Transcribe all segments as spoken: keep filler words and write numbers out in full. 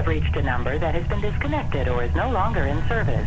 have reached a number that has been disconnected or is no longer in service.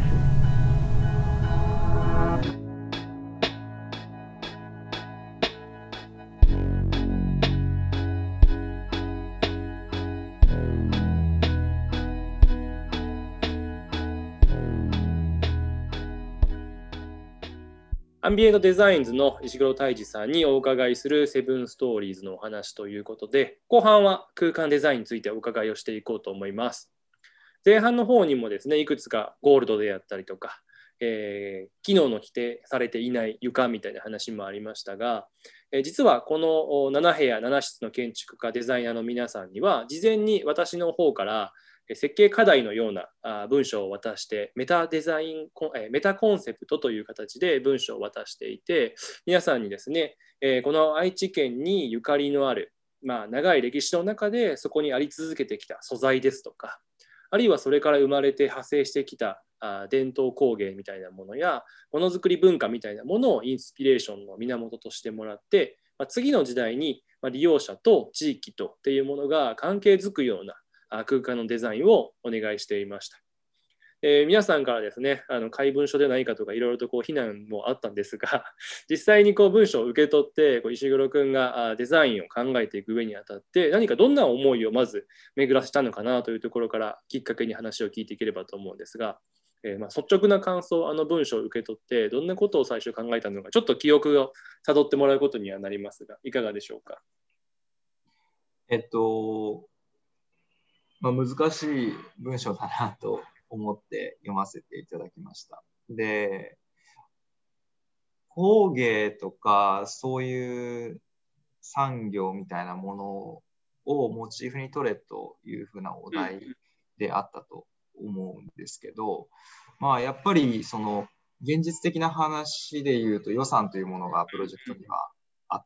アンビエントデザインズの石黒泰治さんにお伺いするセブンストーリーズのお話ということで、後半は空間デザインについてお伺いをしていこうと思います。前半の方にもですね、いくつかゴールドであったりとか、えー、機能の規定されていない床みたいな話もありましたが、えー、実はこのなな部屋なな室の建築家デザイナーの皆さんには事前に私の方から設計課題のような文章を渡してメタデザインメタコンセプトという形で文章を渡していて、皆さんにですね、この愛知県にゆかりのある、まあ、長い歴史の中でそこにあり続けてきた素材ですとか、あるいはそれから生まれて派生してきた伝統工芸みたいなものやものづくり文化みたいなものをインスピレーションの源としてもらって、次の時代に利用者と地域とっていうものが関係づくような空間のデザインをお願いしていました。えー、皆さんからですね、あの怪文書でないかとかいろいろとこう非難もあったんですが、実際にこう文章を受け取ってこう石黒くんがデザインを考えていく上にあたって何かどんな思いをまず巡らせたのかなというところからきっかけに話を聞いていければと思うんですが、えー、まあ率直な感想、あの文章を受け取ってどんなことを最初考えたのか、ちょっと記憶をたどってもらうことにはなりますが、いかがでしょうか。 えっとまあ、難しい文章だなと思って読ませていただきました。で、工芸とかそういう産業みたいなものをモチーフに取れというふうなお題であったと思うんですけど、まあやっぱりその現実的な話で言うと予算というものがプロジェクトにはあって、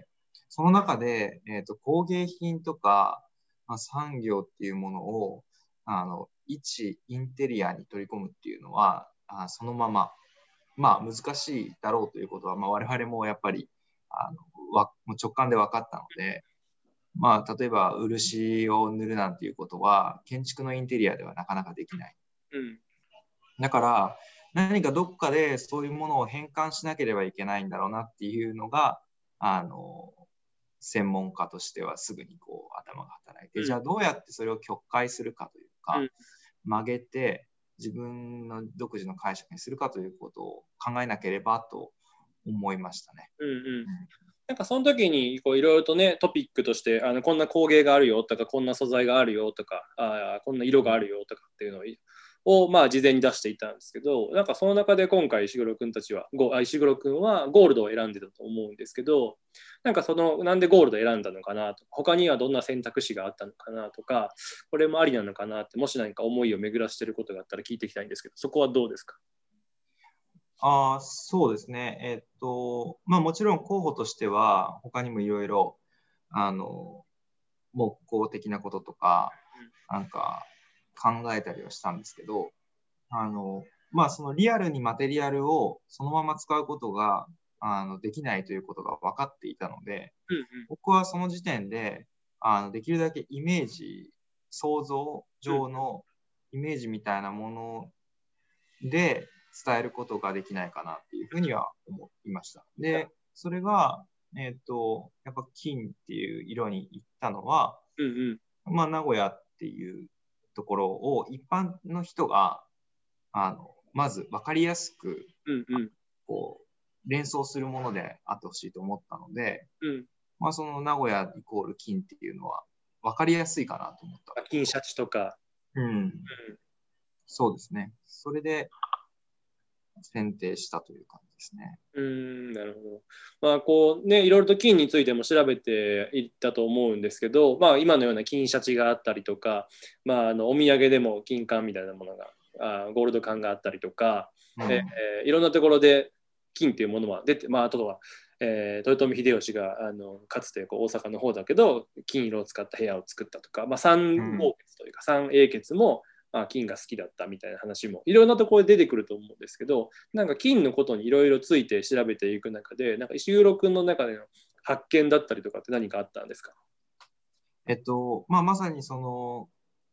その中で、えーと、工芸品とかまあ、産業っていうものをあの一インテリアに取り込むっていうのはあそのまま、まあ、難しいだろうということは、まあ、我々もやっぱりあのわもう直感で分かったので、まあ、例えば漆を塗るなんていうことは建築のインテリアではなかなかできない、うん、だから何かどっかでそういうものを変換しなければいけないんだろうなっていうのがあの専門家としてはすぐにこう頭が働いて、うん、じゃあどうやってそれを曲解するかというか、うん、曲げて自分の独自の解釈にするかということを考えなければと思いましたね。 うんうん、なんかその時にいろいろとねトピックとしてあのこんな工芸があるよとかこんな素材があるよとかあこんな色があるよとかっていうのををまあ事前に出していたんですけど、なんかその中で今回石黒くんたちは石黒くんはゴールドを選んでたと思うんですけど、なんかそのなんでゴールドを選んだのかなとか、他にはどんな選択肢があったのかなとか、これもありなのかなって、もし何か思いを巡らしていることがあったら聞いていきたいんですけど、そこはどうですか。 あそうですね、えっとまあ、もちろん候補としては他にもいろいろあの木工的なこととかなんか考えたりはしたんですけど、あの、まあ、そのリアルにマテリアルをそのまま使うことがあのできないということが分かっていたので、うんうん、僕はその時点であのできるだけイメージ、想像上のイメージみたいなもので伝えることができないかなっていうふうには思いました。で、それが、えっと、やっぱ金っていう色に行ったのは、うんうん、まあ、名古屋っていうところを一般の人があのまず分かりやすく、うんうん、こう連想するものであってほしいと思ったので、うんまあ、その名古屋イコール金っていうのは分かりやすいかなと思った。 金シャチとか、 うんうん、そうですね。それで選定したという感じですね。 うーん、なるほど。まあこうね、いろいろと金についても調べていったと思うんですけど、まあ今のような金シャチがあったりとか、まああのお土産でも金柑みたいなものが、あゴールド柑があったりとか、うんえー、いろんなところで金っていうものは出て、まああとは、えー、豊臣秀吉があのかつてこう大阪の方だけど金色を使った部屋を作ったとか、まあ、三豪傑というか三英傑もまあ、金が好きだったみたいな話もいろんなところで出てくると思うんですけど、なんか金のことにいろいろついて調べていく中で、なんか石黒くんの中での発見だったりとかって何かあったんですか。 えっとまあ、まさにその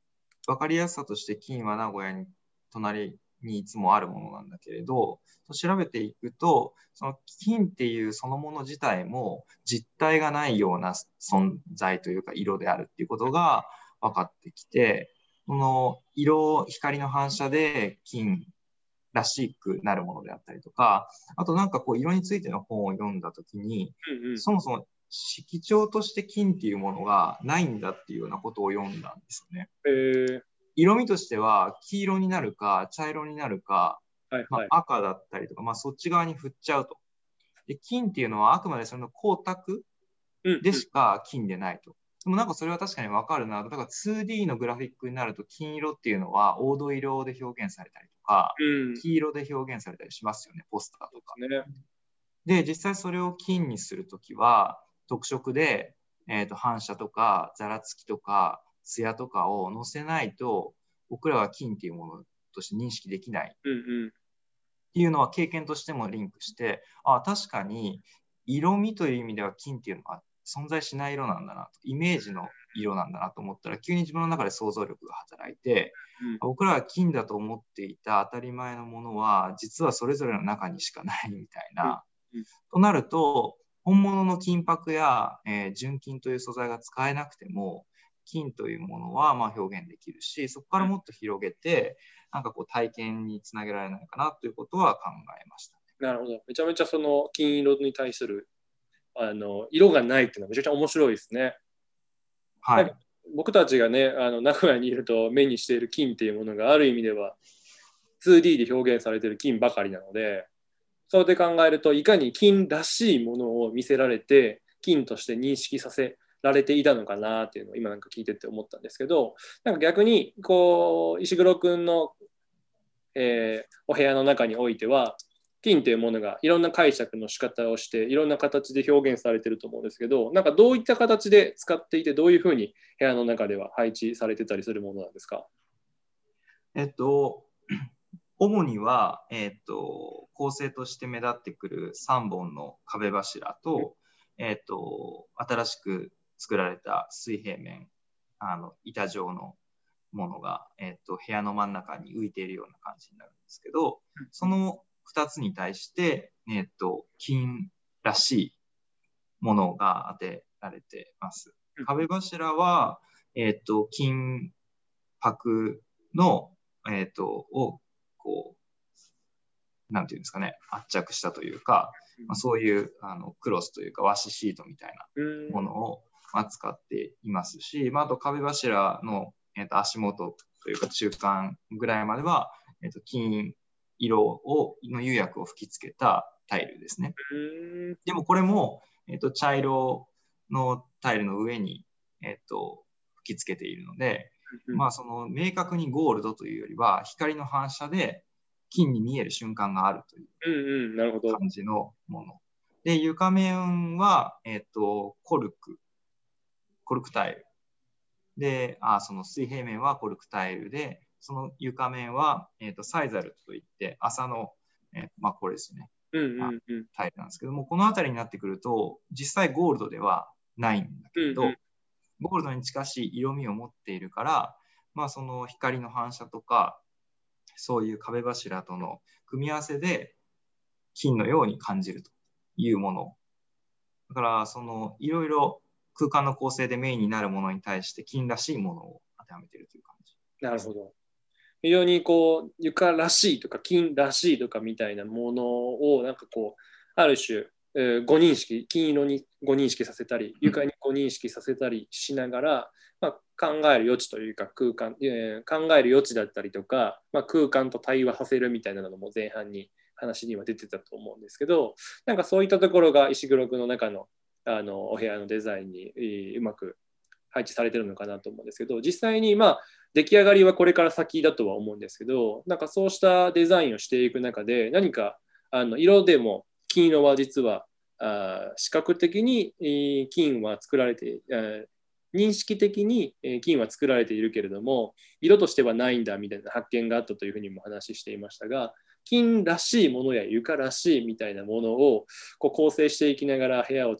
分かりやすさとして金は名古屋に隣にいつもあるものなんだけれど、調べていくと、その金っていうそのもの自体も実体がないような存在というか色であるっていうことが分かってきて、この色、光の反射で金らしくなるものであったりとか、あとなんかこう色についての本を読んだときに、 うんうん、 そもそも色調として金っていうものがないんだっていうようなことを読んだんですよね。 えー、 色味としては黄色になるか茶色になるか、 はいはい、 まあ、赤だったりとか、まあ、そっち側に振っちゃうと。で金っていうのはあくまでその光沢でしか金でないと。でもなんかそれは確かにわかるなと。だから ツーディー のグラフィックになると金色っていうのは黄土色で表現されたりとか、 うん、 黄色で表現されたりしますよね、ポスターとか。 ね、 で、実際それを金にするときは特色で、えーと、反射とかざらつきとか艶とかを載せないと僕らは金っていうものとして認識できないうんうん、 っていうのは経験としてもリンクして、あ、確かに色味という意味では金っていうのは存在しない色なんだなと、イメージの色なんだなと思ったら急に自分の中で想像力が働いて、うん、僕らは金だと思っていた当たり前のものは実はそれぞれの中にしかないみたいな、うんうん、となると本物の金箔や、えー、純金という素材が使えなくても金というものはまあ表現できるし、そこからもっと広げてなんかこう体験につなげられないかなということは考えました、ね。 なるほど。めちゃめちゃその金色に対するあの色がないっていうのはめちゃめちゃ面白いですね。 はい。 僕たちがね、あの名古屋にいると目にしている金っていうものがある意味では ツーディー で表現されている金ばかりなので、それで考えるといかに金らしいものを見せられて金として認識させられていたのかなっていうのを今なんか聞いてて思ったんですけど、なんか逆にこう石黒くんの、えー、お部屋の中においては金というものがいろんな解釈の仕方をしていろんな形で表現されていると思うんですけど、なんかどういった形で使っていてどういうふうに部屋の中では配置されてたりするものなんですか？ えっと主には、えっと構成として目立ってくるさんぼんの壁柱と、えっと新しく作られた水平面、あの板状のものが、えっと部屋の真ん中に浮いているような感じになるんですけど、そのふたつに対して、えっと金らしいものが当てられてます。壁柱は、えっと金箔の、えっとをこうなんていうんですかね、圧着したというか、まあ、そういうあのクロスというか和紙シートみたいなものを使っていますし、まあ、あと壁柱の、えー、と足元というか中間ぐらいまでは、えー、と金色をの釉薬を吹き付けたタイルですね。でもこれも、えー、と茶色のタイルの上に、えー、と吹き付けているので、まあ、その明確にゴールドというよりは光の反射で金に見える瞬間があるという感じのもの。で、床面は、えっと、コルク、コルクタイル。で、あその水平面はコルクタイルで、その床面は、えっと、サイザルといって、麻の、えー、まあこれですね、 うんうんうん、 タイルなんですけども、この辺りになってくると、実際ゴールドではないんだけど、うんうん、ゴールドに近しい色味を持っているから、まあその光の反射とか、そういう壁柱との組み合わせで金のように感じるというもの。だからそのいろいろ空間の構成でメインになるものに対して金らしいものを当てはめているという感じ。 なるほど。非常にこう床らしいとか金らしいとかみたいなものをなんかこうある種、えー、誤認識金色に誤認識させたり床に誤認識させたりしながら、まあ、考える余地というか空間、えー、考える余地だったりとか、まあ、空間と対話させるみたいなのも前半に話には出てたと思うんですけど、なんかそういったところが石黒くの中の、あのお部屋のデザインに、えー、うまく配置されてるのかなと思うんですけど、実際にまあ出来上がりはこれから先だとは思うんですけど、なんかそうしたデザインをしていく中で何かあの色でも金色は実はあ視覚的に、えー、金は作られて、えー、認識的に金は作られているけれども色としてはないんだみたいな発見があったというふうにも話していましたが、金らしいものや床らしいみたいなものをこう構成していきながら部屋を作って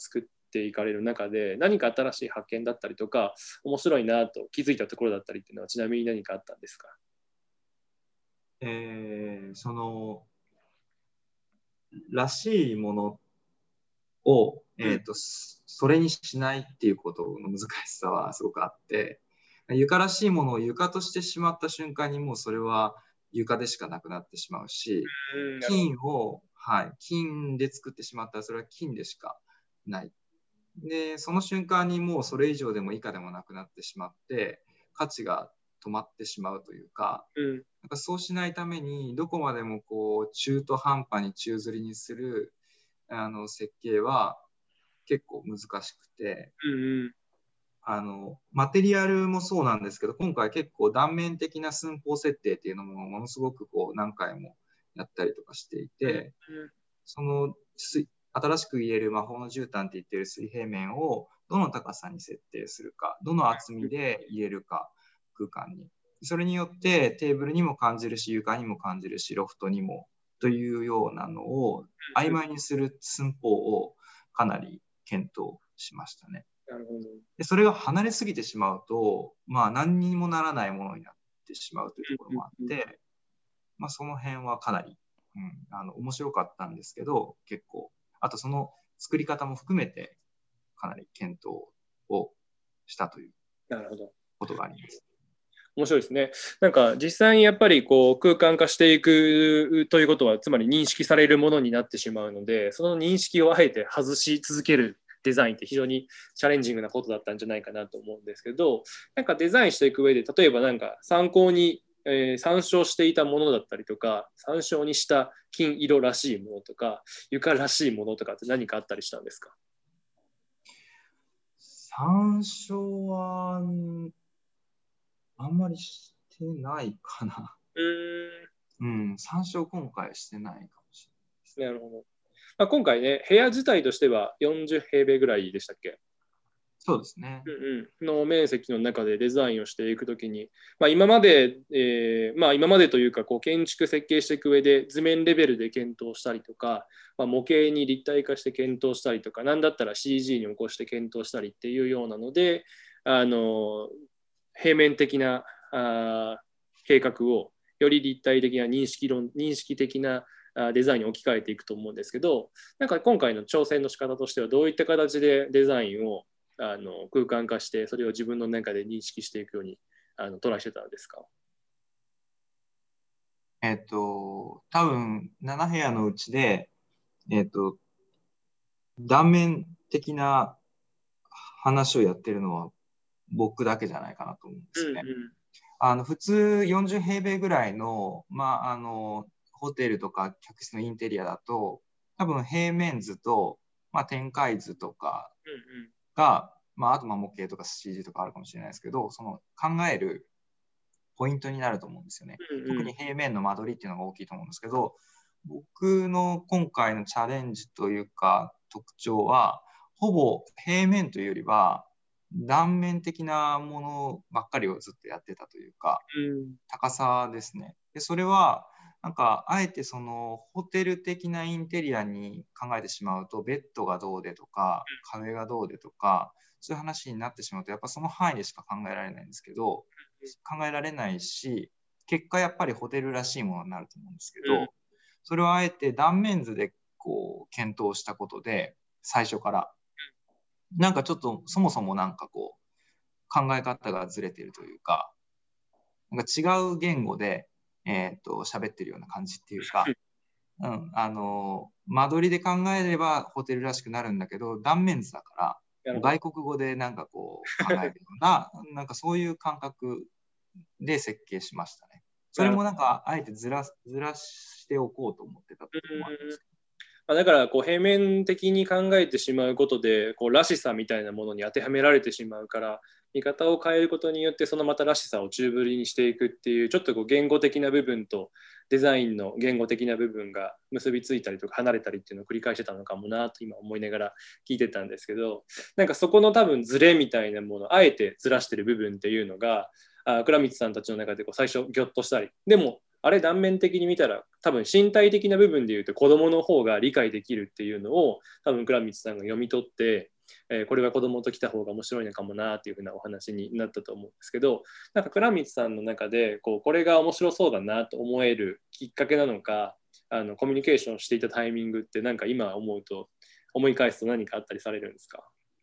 っていかれる中で何か新しい発見だったりとか面白いなと気づいたところだったりっていうのはちなみに何かあったんですか？ えー、そのらしいものを、えーと、うん、それにしないっていうことの難しさはすごくあって、床らしいものを床としてしまった瞬間にもうそれは床でしかなくなってしまうし、金を、はい、金で作ってしまったらそれは金でしかない。で、その瞬間にもうそれ以上でも以下でもなくなってしまって、価値が止まってしまうというか、うん、なんかそうしないためにどこまでもこう中途半端に宙吊りにするあの設計は結構難しくて、うんうん、あのマテリアルもそうなんですけど、今回結構断面的な寸法設定っていうのもものすごくこう何回もやったりとかしていて、うんうん、その新しく言える魔法の絨毯って言ってる水平面をどの高さに設定するか、どの厚みで入れるか、空間に。それによってテーブルにも感じるし、床にも感じるし、ロフトにもというようなのを曖昧にする寸法をかなり検討しましたね。なるほど。でそれが離れすぎてしまうと、まあ何にもならないものになってしまうというところもあって、まあその辺はかなり、うん、あの面白かったんですけど、結構、あとその作り方も含めてかなり検討をしたということがあります。 面白いですね。なんか実際にやっぱりこう空間化していくということはつまり認識されるものになってしまうので、その認識をあえて外し続けるデザインって非常にチャレンジングなことだったんじゃないかなと思うんですけど、なんかデザインしていく上で例えばなんか参考に、えー、参照していたものだったりとか、参照にした金色らしいものとか床らしいものとかって何かあったりしたんですか？ 参照はあんまりしてないかな。うーん、うん、参照今回してないかもしれないです。 なるほど。まあ、今回ね、部屋自体としてはよんじゅう平米ぐらいでしたっけ？ そうですね。 うんうん、の面積の中でデザインをしていくときに、まあ、今まで、えーまあ、今までというかこう建築設計していく上で図面レベルで検討したりとか、まあ、模型に立体化して検討したりとか、なんだったら シージー に起こして検討したりっていうようなので、あの平面的なあ計画をより立体的な認識論認識的なデザインに置き換えていくと思うんですけど、なんか今回の挑戦の仕方としてはどういった形でデザインをあの空間化してそれを自分の中で認識していくようにあのトライしてたんですか？ えっと多分なな部屋のうちで、えっと断面的な話をやってるのは僕だけじゃないかなと思うんですよね。うんうん、あの普通よんじゅう平米ぐらいの、まあ、あのホテルとか客室のインテリアだと多分平面図と、まあ、展開図とかが、うんうん、まあ、あとまあ模型とか シージー とかあるかもしれないですけど、その考えるポイントになると思うんですよね。うんうん、特に平面の間取りっていうのが大きいと思うんですけど、僕の今回のチャレンジというか特徴はほぼ平面というよりは断面的なものばっかりをずっとやってたというか、うん、高さですね。でそれはなんかあえてそのホテル的なインテリアに考えてしまうとベッドがどうでとか壁がどうでとかそういう話になってしまうとやっぱその範囲でしか考えられないんですけど、考えられないし結果やっぱりホテルらしいものになると思うんですけど、うん、それをあえて断面図でこう検討したことで最初からなんかちょっとそもそもなんかこう考え方がずれているというか、なんか違う言語でえっと喋ってるような感じっていうか、うん、あの間取りで考えればホテルらしくなるんだけど断面図だから外国語でなんかこう考えるようななんかそういう感覚で設計しましたね。それもなんかあえてずらずらしておこうと思ってたところもあるんですけど。 だからこう平面的に考えてしまうことでこうらしさみたいなものに当てはめられてしまうから見方を変えることによってそのまたらしさを宙ぶりにしていくっていうちょっとこう言語的な部分とデザインの言語的な部分が結びついたりとか離れたりっていうのを繰り返してたのかもなと今思いながら聞いてたんですけど、なんかそこの多分ズレみたいなものをあえてずらしてる部分っていうのがあ倉光さんたちの中でこう最初ギョッとしたり、でもあれ断面的に見たら多分身体的な部分でいうと子どもの方が理解できるっていうのを多分倉光さんが読み取ってえーこれは子供と来た方が面白いのかもなっていうふうなお話になったと思うんですけど、なんか倉光さんの中でこうこれが面白そうだなと思えるきっかけなのか、あのコミュニケーションしていたタイミングってなんか今思うと思い返すと何かあったりされるんですか？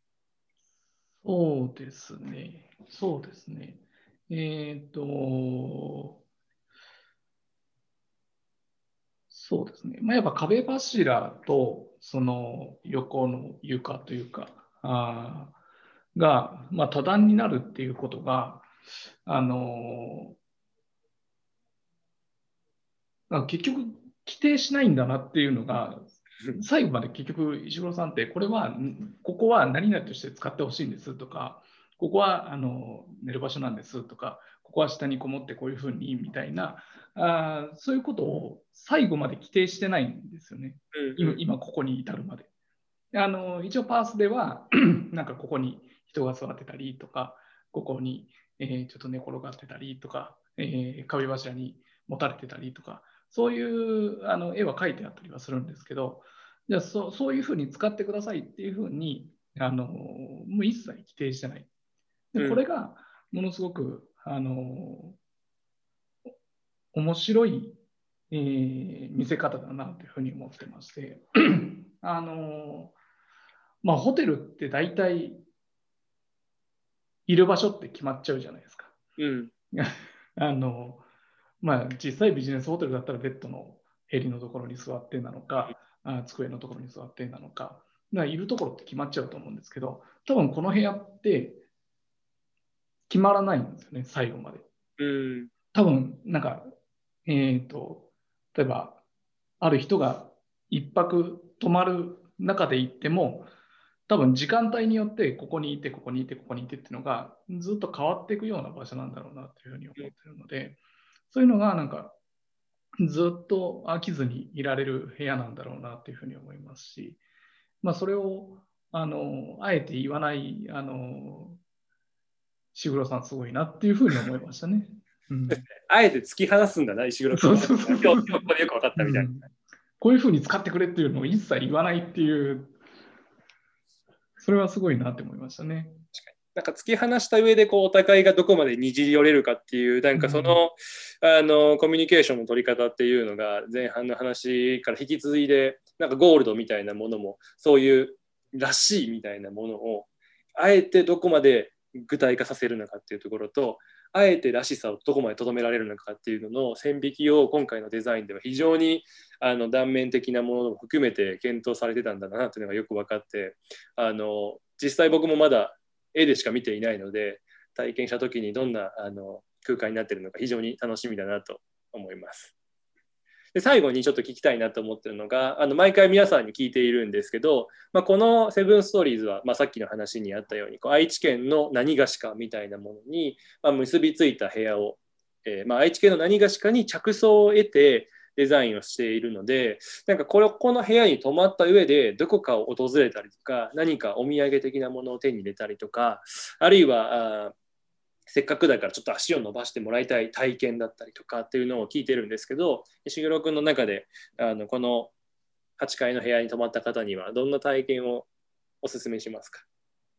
そうですね。そうですね。えっと、そうですね。まあ、やっぱ壁柱とその横の床というか、あーが、まあ、多段になるっていうことが、あのー結局、規定しないんだなっていうのが、最後まで結局、石黒さんって、これは、ここは何々として使ってほしいんですとか、ここはあの寝る場所なんですとか、ここは下にこもってこういうふうにみたいな、あそういうことを最後まで規定してないんですよね。今、今ここに至るまで。あの一応パースでは、なんかここに人が座ってたりとか、ここに、えーちょっと寝転がってたりとか、えー壁柱に持たれてたりとか、そういうあの絵は描いてあったりはするんですけど、じゃあそそういうふうに使ってくださいっていうふうにあのもう一切規定してない。でこれがものすごくあの面白い、えー見せ方だなというふうに思ってましてあの、まあ、ホテルって大体いる場所って決まっちゃうじゃないですか。 うん、 あのまあ、実際ビジネスホテルだったらベッドの襟のところに座ってなのか、あ机のところに座ってなのか、だからいるところって決まっちゃうと思うんですけど、多分この部屋って決まらないんですよね、最後まで。 うん、 多分なんか、えっと、例えば、ある人が一泊泊まる中で行っても、多分時間帯によってここにいて、ここにいて、ここにいてっていうのがずっと変わっていくような場所なんだろうなというふうに思っているので、そういうのがなんかずっと飽きずにいられる部屋なんだろうなというふうに思いますし、まあ、それをあのあえて言わないあの石黒さんすごいなっていうふうに思いましたね。うん、 あえて突き放すんだな、石黒君は。今日、今日ここでよく分かったみたいな、うん。 こういうふうに使ってくれっていうのを一切言わないっていう、それはすごいなって思いましたね。 確かになんか突き放した上でこうお互いがどこまでにじり寄れるかっていう、なんかその、うん、あのコミュニケーションの取り方っていうのが前半の話から引き継いで、なんかゴールドみたいなものもそういうらしいみたいなものをあえてどこまで具体化させるのかっていうところと、あえてらしさをどこまでとどめられるのかっていうのの線引きを今回のデザインでは非常にあの断面的なものも含めて検討されてたんだなというのがよく分かって、あの実際僕もまだ絵でしか見ていないので、体験した時にどんなあの空間になっているのか非常に楽しみだなと思います。で最後にちょっと聞きたいなと思っているのが、あの毎回皆さんに聞いているんですけど、まあ、このセブンストーリーズは、まあ、さっきの話にあったようにこう愛知県の何がしかみたいなものに、まあ、結びついた部屋を、えーまあ、愛知県の何がしかに着想を得てデザインをしているので、なんかこれこの部屋に泊まった上でどこかを訪れたりとか、何かお土産的なものを手に入れたりとか、あるいはあせっかくだからちょっと足を伸ばしてもらいたい体験だったりとかっていうのを聞いてるんですけど、石黒君の中であのこのはちかいの部屋に泊まった方にはどんな体験をお勧めしますか？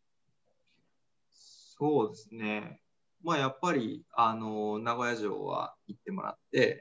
そうですね。まあやっぱりあの名古屋城は行ってもらって、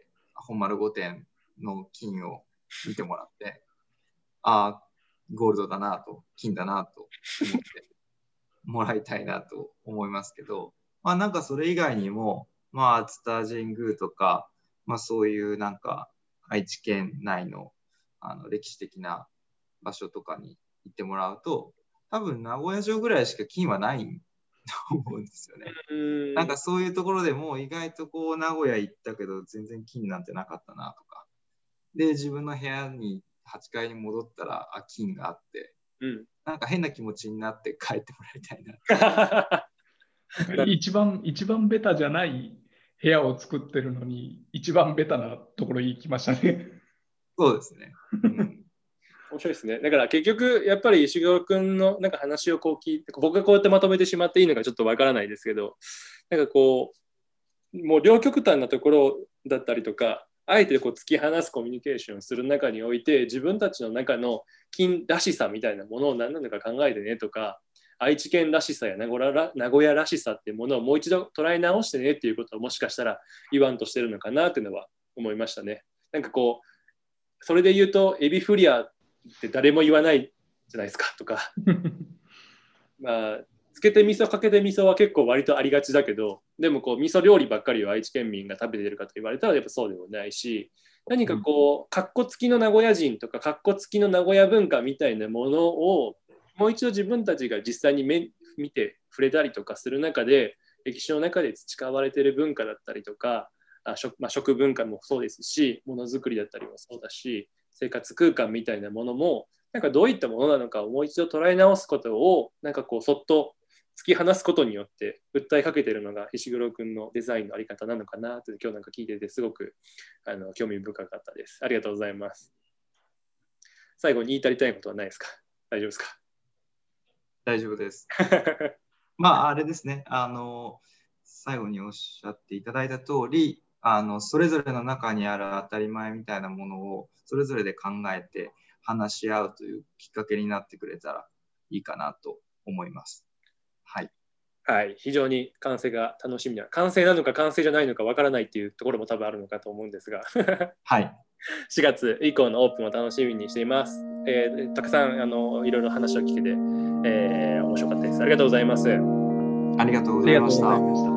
本丸御殿の金を見てもらって、ああ、ゴールドだなと、金だなと思ってもらいたいなと思いますけど、まあなんかそれ以外にも、まあ熱田神宮とか、まあそういうなんか愛知県内の、あの歴史的な場所とかに行ってもらうと、多分名古屋城ぐらいしか金はないと思うんですよね。んなんかそういうところでも意外とこう名古屋行ったけど全然金なんてなかったなとか。で、自分の部屋にはちかいに戻ったらあ金があって、うん、なんか変な気持ちになって帰ってもらいたいな。 一番、一番ベタじゃない部屋を作ってるのに、一番ベタなところに行きましたね。 そうですね。うん、 面白いですね。だから結局、やっぱり石黒君のなんか話をこう聞いて、僕がこうやってまとめてしまっていいのかちょっとわからないですけど、なんかこう、もう両極端なところだったりとか、 あえてこう突き放すコミュニケーションをする中において、自分たちの中の金らしさみたいなものを何なのか考えてねとか、愛知県らしさや名古屋ら名古屋らしさっていうものをもう一度捉え直してねっていうことをもしかしたら言わんとしてるのかなっていうのは思いましたね。なんかこう、それで言うと、エビフリアって誰も言わないじゃないですかとか、まあ、つけて味噌かけて味噌は結構割とありがちだけど、でもこう味噌料理ばっかりを愛知県民が食べてるかと言われたらやっぱそうでもないし、何かこう、かっこつきの名古屋人とか、かっこつきの名古屋文化みたいなものを、もう一度自分たちが実際に目見て触れたりとかする中で、歴史の中で培われている文化だったりとか、あ 食,、まあ、食文化もそうですし、ものづくりだったりもそうだし、生活空間みたいなものも、なんかどういったものなのかをもう一度捉え直すことを、なんかこう、そっと突き放すことによって訴えかけているのが石黒君のデザインのあり方なのかなと今日なんか聞いててすごくあの興味深かったです。ありがとうございます。最後に言い足りたいことはないですか？大丈夫ですか？ 大丈夫です。まああれですね、あの最後におっしゃっていただいた通り、あのそれぞれの中にある当たり前みたいなものをそれぞれで考えて話し合うというきっかけになってくれたらいいかなと思います。はい、 はい、非常に完成が楽しみな、完成なのか完成じゃないのかわからないっていうところも多分あるのかと思うんですが、 はい、 しがつ以降のオープンを楽しみにしています。えー、たくさんあのいろいろ話を聞けて、えー、面白かったです。ありがとうございます。 ありがとうございました。